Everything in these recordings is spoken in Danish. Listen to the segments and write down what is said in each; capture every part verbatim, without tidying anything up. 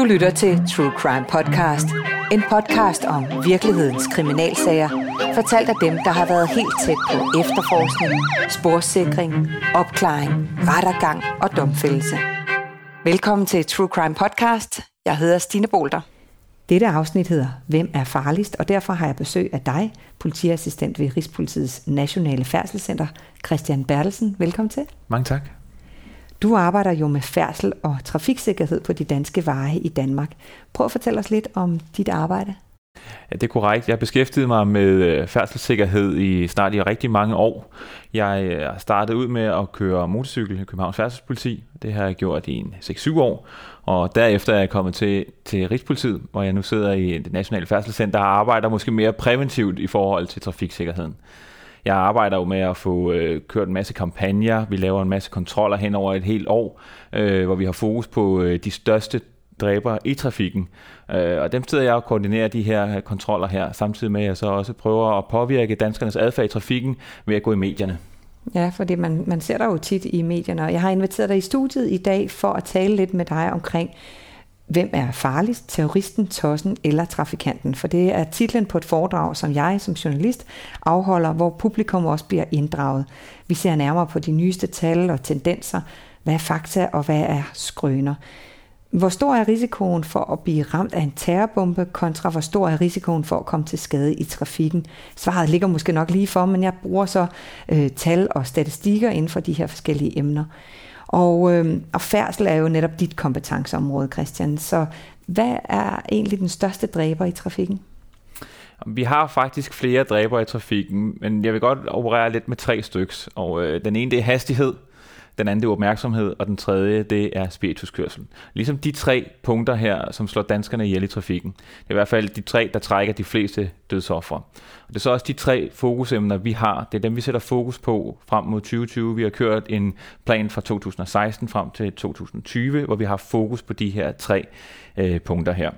lytter til True Crime Podcast. En podcast om virkelighedens kriminalsager, fortalt af dem, der har været helt tæt på efterforskning, sporsikring, opklaring, rettergang og domfældelse. Velkommen til True Crime Podcast. Jeg hedder Stine Bolter. Dette afsnit hedder Hvem er farligst? Og derfor har jeg besøg af dig, politiassistent ved Rigspolitiets Nationale Færdselscenter, Christian Bertelsen. Velkommen til. Mange tak. Du arbejder jo med færdsel og trafiksikkerhed på de danske veje i Danmark. Prøv at fortælle os lidt om dit arbejde. Ja, det er korrekt. Jeg beskæftigede mig med færdselssikkerhed i snart i rigtig mange år. Jeg startede ud med at køre motorcykel i Københavns Færdselspoliti. Det har jeg gjort i en seks syv år. Og derefter er jeg kommet til, til Rigspolitiet, hvor jeg nu sidder i det Nationale Færdselscenter og arbejder måske mere præventivt i forhold til trafiksikkerheden. Jeg arbejder jo med at få øh, kørt en masse kampagner. Vi laver en masse kontroller hen over et helt år, øh, hvor vi har fokus på øh, de største dræbere i trafikken. Øh, og dem sidder jeg og koordinerer de her kontroller her, samtidig med at jeg så også prøver at påvirke danskernes adfærd i trafikken ved at gå i medierne. Ja, fordi man, man ser dig jo tit i medierne, og jeg har inviteret dig i studiet i dag for at tale lidt med dig omkring, hvem er farligst, terroristen, tossen eller trafikanten? For det er titlen på et foredrag, som jeg som journalist afholder, hvor publikum også bliver inddraget. Vi ser nærmere på de nyeste tal og tendenser. Hvad er fakta, og hvad er skrøner? Hvor stor er risikoen for at blive ramt af en terrorbombe, kontra hvor stor er risikoen for at komme til skade i trafikken? Svaret ligger måske nok lige for, men jeg bruger så øh, tal og statistikker inden for de her forskellige emner. Og, øh, og færdsel er jo netop dit kompetenceområde, Christian. Så hvad er egentlig den største dræber i trafikken? Vi har faktisk flere dræber i trafikken, men jeg vil godt operere lidt med tre styks. Og øh, den ene, det er hastighed. Den anden, det er opmærksomhed, og den tredje, det er spirituskørsel. Ligesom de tre punkter her, som slår danskerne ihjel i trafikken. Det er i hvert fald de tre, der trækker de fleste dødsofre. Og det er så også de tre fokusemner, vi har. Det er dem, vi sætter fokus på frem mod tyve tyve. Vi har kørt en plan fra to tusind og seksten frem til to tusind og tyve, hvor vi har fokus på de her tre øh, punkter her.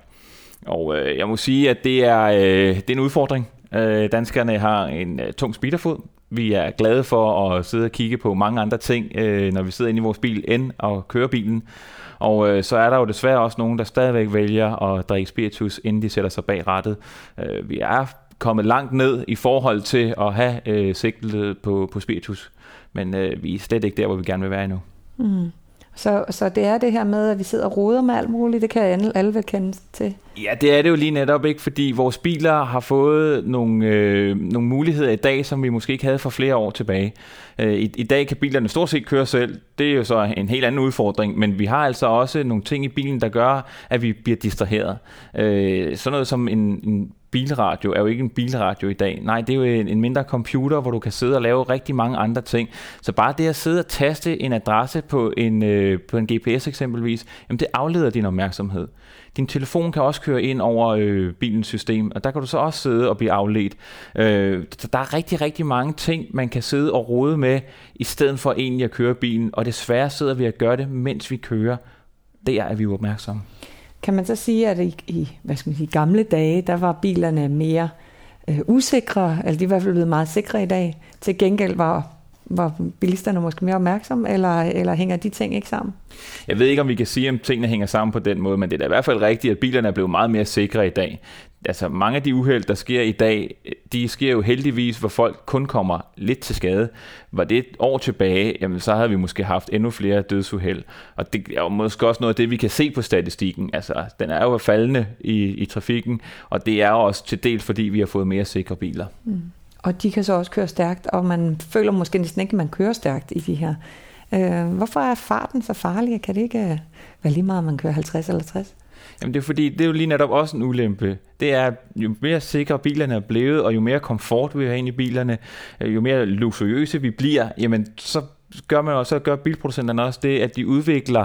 Og øh, jeg må sige, at det er, øh, det er en udfordring. Øh, danskerne har en øh, tung speederfod. Vi er glade for at sidde og kigge på mange andre ting, øh, når vi sidder inde i vores bil, end at køre bilen. Og øh, så er der jo desværre også nogen, der stadigvæk vælger at drikke spiritus, inden de sætter sig bag rattet. Øh, vi er kommet langt ned i forhold til at have øh, sigtet på, på spiritus, men øh, vi er slet ikke der, hvor vi gerne vil være endnu. Mm. Så, så det er det her med, at vi sidder og roder med alt muligt, det kan alle, alle vel kende til? Ja, det er det jo lige netop ikke, fordi vores biler har fået nogle, øh, nogle muligheder i dag, som vi måske ikke havde for flere år tilbage. Øh, i, I dag kan bilerne stort set køre selv, det er jo så en helt anden udfordring, men vi har altså også nogle ting i bilen, der gør, at vi bliver distraheret. Øh, sådan noget som en, en bilradio er jo ikke en bilradio i dag. Nej, det er jo en, en mindre computer, hvor du kan sidde og lave rigtig mange andre ting. Så bare det at sidde og taste en adresse på en, øh, på en G P S eksempelvis, jamen det afleder din opmærksomhed. Din telefon kan også køre ind over øh, bilens system, og der kan du så også sidde og blive afledt. Øh, så der er rigtig, rigtig mange ting, man kan sidde og rode med, i stedet for egentlig at køre bilen, og desværre sidder vi at gøre det, mens vi kører. Der er vi jo opmærksomme. Kan man så sige, at i, i hvad skal man sige, gamle dage, der var bilerne mere øh, usikre, eller de er i hvert fald blevet meget sikre i dag. Til gengæld var, var bilisterne måske mere opmærksomme, eller, eller hænger de ting ikke sammen? Jeg ved ikke, om vi kan sige, om tingene hænger sammen på den måde, men det er da i hvert fald rigtigt, at bilerne er blevet meget mere sikre i dag. Altså mange af de uheld, der sker i dag, de sker jo heldigvis, hvor folk kun kommer lidt til skade. Var det et år tilbage, jamen så havde vi måske haft endnu flere dødsuheld. Og det er jo måske også noget af det, vi kan se på statistikken. Altså den er jo faldende i, i trafikken, og det er jo også til del, fordi vi har fået mere sikre biler. Mm. Og de kan så også køre stærkt, og man føler måske næsten ikke, at man kører stærkt i de her. Øh, hvorfor er farten så farlig? Kan det ikke være lige meget, om man kører halvtreds eller tres? Jamen det er fordi, det er jo lige netop også en ulempe. Det er, jo mere sikre bilerne er blevet, og jo mere komfort vi har ind i bilerne, jo mere luksuriøse vi bliver, jamen så gør man også, så gør bilproducenterne også det, at de udvikler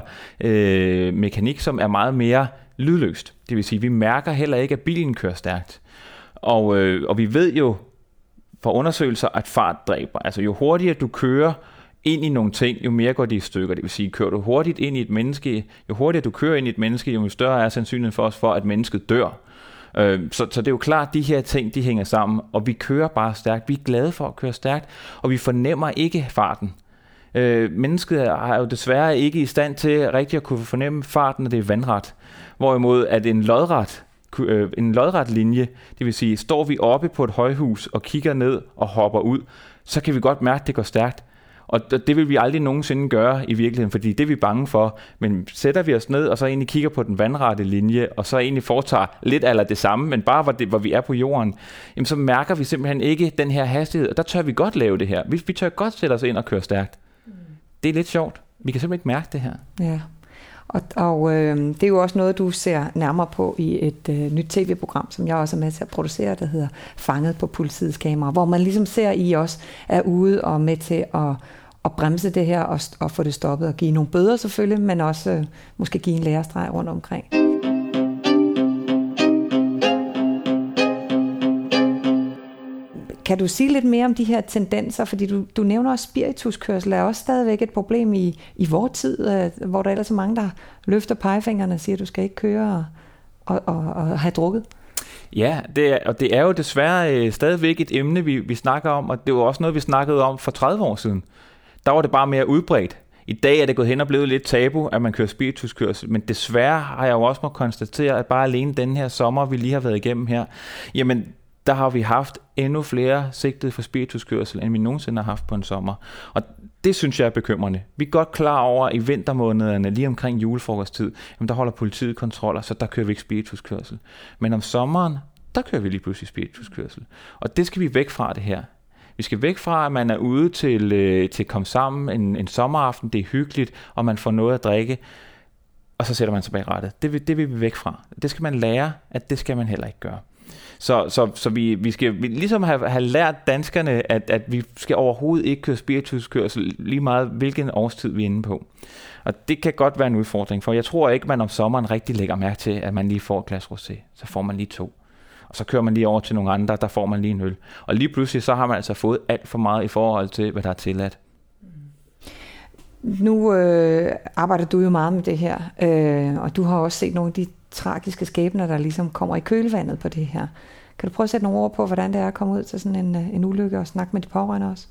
øh, mekanik, som er meget mere lydløst. Det vil sige, vi mærker heller ikke, at bilen kører stærkt. Og, øh, og vi ved jo fra undersøgelser, at fart dræber. Altså jo hurtigere du kører ind i nogle ting, jo mere går de i stykker. Det vil sige, kører du hurtigt ind i et menneske, jo hurtigere du kører ind i et menneske, jo større er sandsynligheden for os for, at mennesket dør. Så, så det er jo klart, at de her ting, de hænger sammen, og vi kører bare stærkt. Vi er glade for at køre stærkt, og vi fornemmer ikke farten. Øh, mennesket er jo desværre ikke i stand til rigtig at kunne fornemme farten, når det er vandret. Hvorimod at en lodret, øh, en lodret linje, det vil sige, står vi oppe på et højhus og kigger ned og hopper ud, så kan vi godt mærke, at det går stærkt. Og det vil vi aldrig nogensinde gøre i virkeligheden, fordi det er vi bange for. Men sætter vi os ned og så egentlig kigger på den vandrette linje, og så egentlig foretager lidt eller det samme, men bare hvor, det, hvor vi er på jorden, jamen så mærker vi simpelthen ikke den her hastighed. Og der tør vi godt lave det her. Vi, vi tør godt sætte os ind og køre stærkt. Mm. Det er lidt sjovt. Vi kan simpelthen ikke mærke det her. Ja, og, og øh, det er jo også noget, du ser nærmere på i et øh, nyt tv-program, som jeg også er med til at producere, der hedder Fanget på politiets kamera, hvor man ligesom ser, I også er ude og med til at og bremse det her og, og få det stoppet og give nogle bøder selvfølgelig, men også øh, måske give en lærestreg rundt omkring. Kan du sige lidt mere om de her tendenser? Fordi du, du nævner også spirituskørsel er også stadigvæk et problem i, i vores tid, øh, hvor der ellers er mange, der løfter pegefingrene og siger, at du skal ikke køre og, og, og, og have drukket. Ja, det er, og det er jo desværre øh, stadigvæk et emne, vi, vi snakker om, og det var også noget, vi snakkede om for tredive år siden. Der var det bare mere udbredt. I dag er det gået hen og blevet lidt tabu, at man kører spirituskørsel, men desværre har jeg jo også måttet konstatere, at bare alene den her sommer, vi lige har været igennem her, jamen der har vi haft endnu flere sigtede for spirituskørsel, end vi nogensinde har haft på en sommer. Og det synes jeg er bekymrende. Vi er godt klar over, at i vintermånederne, lige omkring julefrokosttid, jamen der holder politiet kontroller, så der kører vi ikke spirituskørsel. Men om sommeren, der kører vi lige pludselig spirituskørsel. Og det skal vi væk fra det her. Vi skal væk fra, at man er ude til, øh, til at komme sammen en, en sommeraften, det er hyggeligt, og man får noget at drikke, og så sætter man sig bag rattet. Det vil, det vil vi væk fra. Det skal man lære, at det skal man heller ikke gøre. Så, så, så vi, vi skal vi ligesom have, have lært danskerne, at, at vi skal overhovedet ikke køre spirituskørsel, lige meget hvilken årstid vi er inde på. Og det kan godt være en udfordring, for jeg tror ikke, man om sommeren rigtig lægger mærke til, at man lige får et glas rosé. Så får man lige to. Og så kører man lige over til nogle andre, der får man lige en øl. Og lige pludselig, så har man altså fået alt for meget i forhold til, hvad der er tilladt. Nu øh, arbejder du jo meget med det her, øh, og du har også set nogle af de tragiske skæbner, der ligesom kommer i kølvandet på det her. Kan du prøve at sætte nogle ord på, hvordan det er at komme ud til sådan en, en ulykke og snakke med de pårørende også?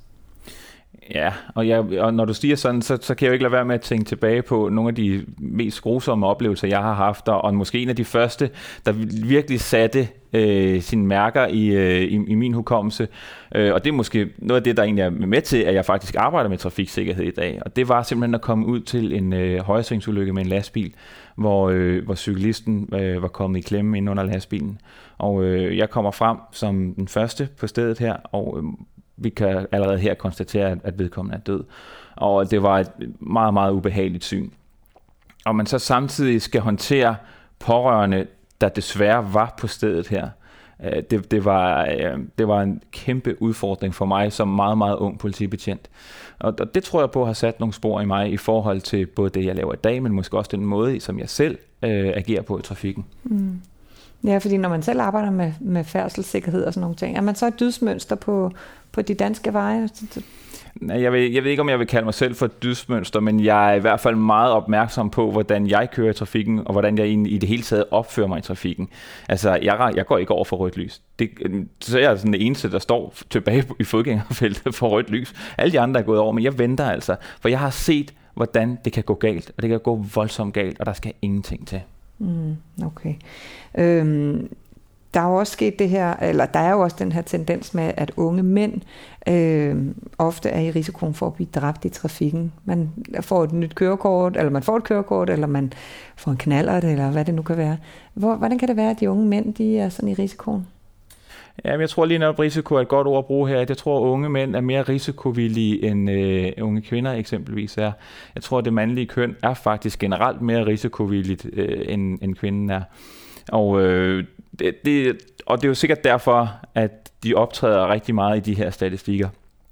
Ja, og, jeg, og når du siger sådan, så, så kan jeg jo ikke lade være med at tænke tilbage på nogle af de mest grusomme oplevelser, jeg har haft, og måske en af de første, der virkelig satte øh, sine mærker i, øh, i, i min hukommelse. Øh, og det er måske noget af det, der egentlig er med til, at jeg faktisk arbejder med trafiksikkerhed i dag. Og det var simpelthen at komme ud til en øh, højresvingsulykke med en lastbil, hvor, øh, hvor cyklisten øh, var kommet i klemme ind under lastbilen. Og øh, jeg kommer frem som den første på stedet her, og øh, vi kan allerede her konstatere, at vedkommende er død. Og det var et meget, meget ubehageligt syn. Og man så samtidig skal håndtere pårørende, der desværre var på stedet her. Det, det, var, det var en kæmpe udfordring for mig som meget, meget ung politibetjent. Og det tror jeg på har sat nogle spor i mig i forhold til både det, jeg laver i dag, men måske også den måde, som jeg selv øh, agerer på i trafikken. Mm. Ja, fordi når man selv arbejder med, med færdselssikkerhed og sådan nogle ting, er man så et dydsmønster på, på de danske veje? Jeg ved, jeg ved ikke, om jeg vil kalde mig selv for et dydsmønster, men jeg er i hvert fald meget opmærksom på, hvordan jeg kører i trafikken, og hvordan jeg i det hele taget opfører mig i trafikken. Altså, jeg, jeg går ikke over for rødt lys. Det, så er jeg sådan det eneste, der står tilbage i fodgængerfeltet for rødt lys. Alle de andre er gået over, men jeg venter altså, for jeg har set, hvordan det kan gå galt, og det kan gå voldsomt galt, og der skal ingenting til. Mm, okay. Øhm, der er jo også sket det her, eller der er jo også den her tendens med, at unge mænd øh, ofte er i risikoen for at blive dræbt i trafikken. Man får et nyt kørekort, eller man får et kørekort, eller man får en knallert, eller hvad det nu kan være. Hvor, hvordan kan det være, at de unge mænd, de er sådan i risikoen? Ja, jeg tror lige nok, risiko er et godt ord at bruge her. Jeg tror, at unge mænd er mere risikovillige end øh, unge kvinder eksempelvis er. Jeg tror, at det mandlige køn er faktisk generelt mere risikovilligt, øh, end, end kvinden er. Og, øh, det, det, og det er jo sikkert derfor, at de optræder rigtig meget i de her statistikker.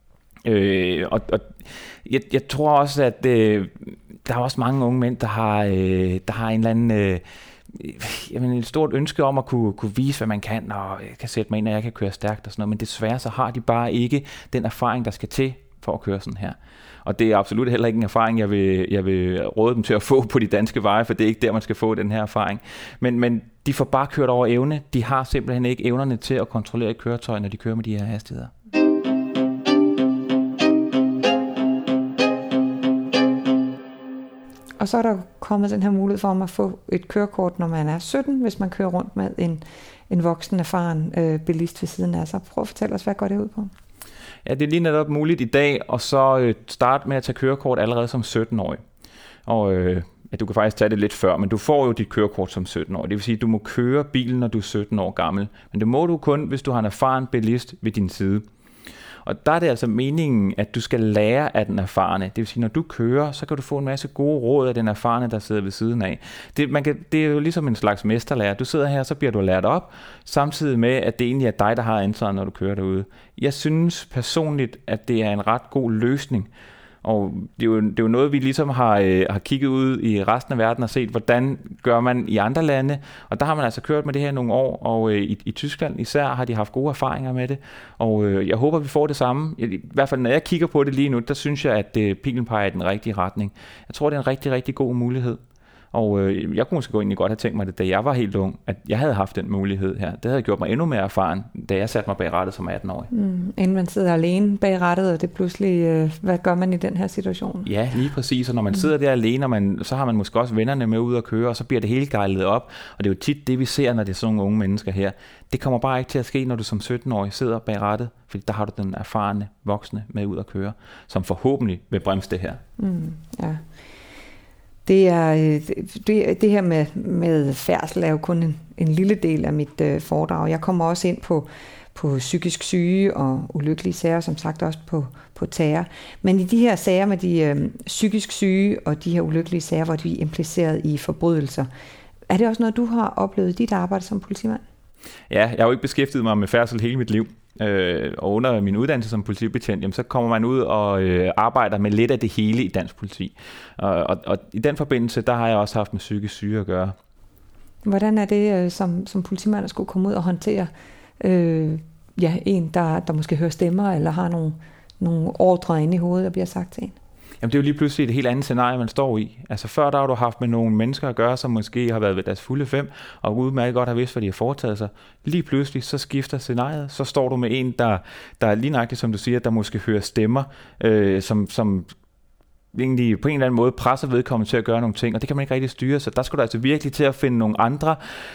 Øh, og og jeg, jeg tror også, at øh, der er også mange unge mænd, der har, øh, der har en eller anden... Øh, Jamen, et stort ønske om at kunne, kunne vise, hvad man kan, og jeg kan sætte mig ind, og jeg kan køre stærkt og sådan noget, men desværre så har de bare ikke den erfaring, der skal til for at køre sådan her. Og det er absolut heller ikke en erfaring, jeg vil, jeg vil råde dem til at få på de danske veje, for det er ikke der, man skal få den her erfaring. Men, men de får bare kørt over evne. De har simpelthen ikke evnerne til at kontrollere et køretøj, når de kører med de her hastigheder. og så er der kommet den her mulighed for at få et kørekort, når man er sytten, hvis man kører rundt med en, en voksen, erfaren øh, bilist ved siden af sig. Prøv at fortælle os, hvad går det ud på? Ja, det er lige netop muligt i dag, og så øh, starte med at tage kørekort allerede som sytten-årig. Og øh, ja, du kan faktisk tage det lidt før, men du får jo dit kørekort som sytten-årig. Det vil sige, at du må køre bilen, når du er sytten år gammel. Men det må du kun, hvis du har en erfaren bilist ved din side. Og der er det altså meningen, at du skal lære af den erfarne. Det vil sige, når du kører, så kan du få en masse gode råd af den erfarne, der sidder ved siden af. Det, man kan, det er jo ligesom en slags mesterlærer. Du sidder her, så bliver du lært op, samtidig med, at det egentlig er dig, der har ansvaret, når du kører derude. Jeg synes personligt, at det er en ret god løsning. Og det er, jo, det er jo noget, vi ligesom har, øh, har kigget ud i resten af verden og set, hvordan gør man i andre lande. Og der har man altså kørt med det her nogle år, og øh, i, i Tyskland især har de haft gode erfaringer med det. Og øh, jeg håber, vi får det samme. I, I hvert fald, når jeg kigger på det lige nu, der synes jeg, at øh, pilen peger i den rigtige retning. Jeg tror, det er en rigtig, rigtig god mulighed. Og øh, jeg kunne måske egentlig godt have tænkt mig det, da jeg var helt ung, at jeg havde haft den mulighed her. Det havde gjort mig endnu mere erfaren, da jeg satte mig bag rattet som atten-årig. Mm, inden man sidder alene bag rattet, og det pludselig, øh, hvad gør man i den her situation? Ja, lige præcis. Og når man sidder der alene, og man, så har man måske også vennerne med ud at køre, og så bliver det hele gejlet op. Og det er jo tit det, vi ser, når det er sådan nogle unge mennesker her. Det kommer bare ikke til at ske, når du som sytten-årig sidder bag rattet, fordi der har du den erfarne voksne med ud at køre, som forhåbentlig vil bremse det her. Mm, ja. Det, er, det, det her med, med færdsel er jo kun en, en lille del af mit øh, foredrag. Jeg kommer også ind på, på psykisk syge og ulykkelige sager, som sagt også på, på terror. Men i de her sager med de øh, psykisk syge og de her ulykkelige sager, hvor de er impliceret i forbrydelser, er det også noget, du har oplevet i dit arbejde som politimand? Ja, jeg har jo ikke beskæftiget mig med færdsel hele mit liv. Øh, og under min uddannelse som politibetjent, jamen, så kommer man ud og øh, arbejder med lidt af det hele i dansk politi. Og, og, og i den forbindelse, der har jeg også haft med psykisk syge at gøre. Hvordan er det øh, som, som politimand at skulle komme ud og håndtere øh, ja, en, der, der måske hører stemmer, eller har nogle, nogle ordre inde i hovedet, der bliver sagt til en? Jamen det er jo lige pludselig et helt andet scenarie, man står i. Altså før der har du haft med nogle mennesker at gøre, som måske har været ved deres fulde fem, og udmærket godt har vidst, hvad de har foretaget sig. Lige pludselig så skifter scenariet, så står du med en, der, der er lige nøjagtigt, som du siger, der måske hører stemmer, øh, som, som egentlig på en eller anden måde presser vedkommende til at gøre nogle ting, og det kan man ikke rigtig styre, så der skulle du altså virkelig til at finde nogle andre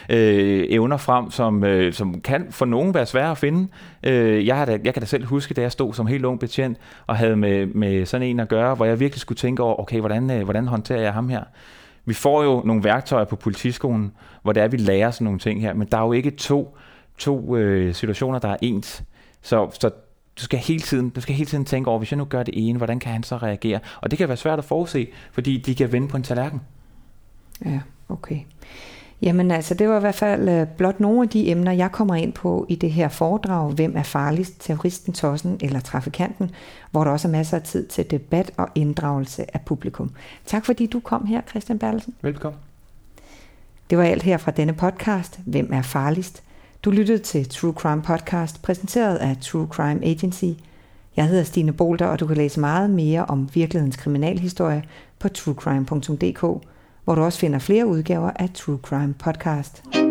øh, evner frem, som, øh, som kan for nogen være svære at finde. Øh, jeg, har da, jeg kan da selv huske, da jeg stod som helt ung betjent, og havde med, med sådan en at gøre, hvor jeg virkelig skulle tænke over, okay, hvordan, øh, hvordan håndterer jeg ham her? Vi får jo nogle værktøjer på politiskolen, hvor det er, vi lærer sådan nogle ting her, men der er jo ikke to, to øh, situationer, der er ens. Så, så Du skal, hele tiden, du skal hele tiden tænke over, hvis jeg nu gør det ene, hvordan kan han så reagere? Og det kan være svært at forudse, fordi de kan vende på en tallerken. Ja, okay. Jamen altså, det var i hvert fald øh, blot nogle af de emner, jeg kommer ind på i det her foredrag. Hvem er farligst? Terroristen, tossen eller trafikanten? Hvor der også er masser af tid til debat og inddragelse af publikum. Tak fordi du kom her, Christian Bertelsen. Velkommen. Det var alt her fra denne podcast. Hvem er farligst? Du lyttede til True Crime Podcast, præsenteret af True Crime Agency. Jeg hedder Stine Bolter, og du kan læse meget mere om virkelighedens kriminalhistorie på truecrime punktum d k, hvor du også finder flere udgaver af True Crime Podcast.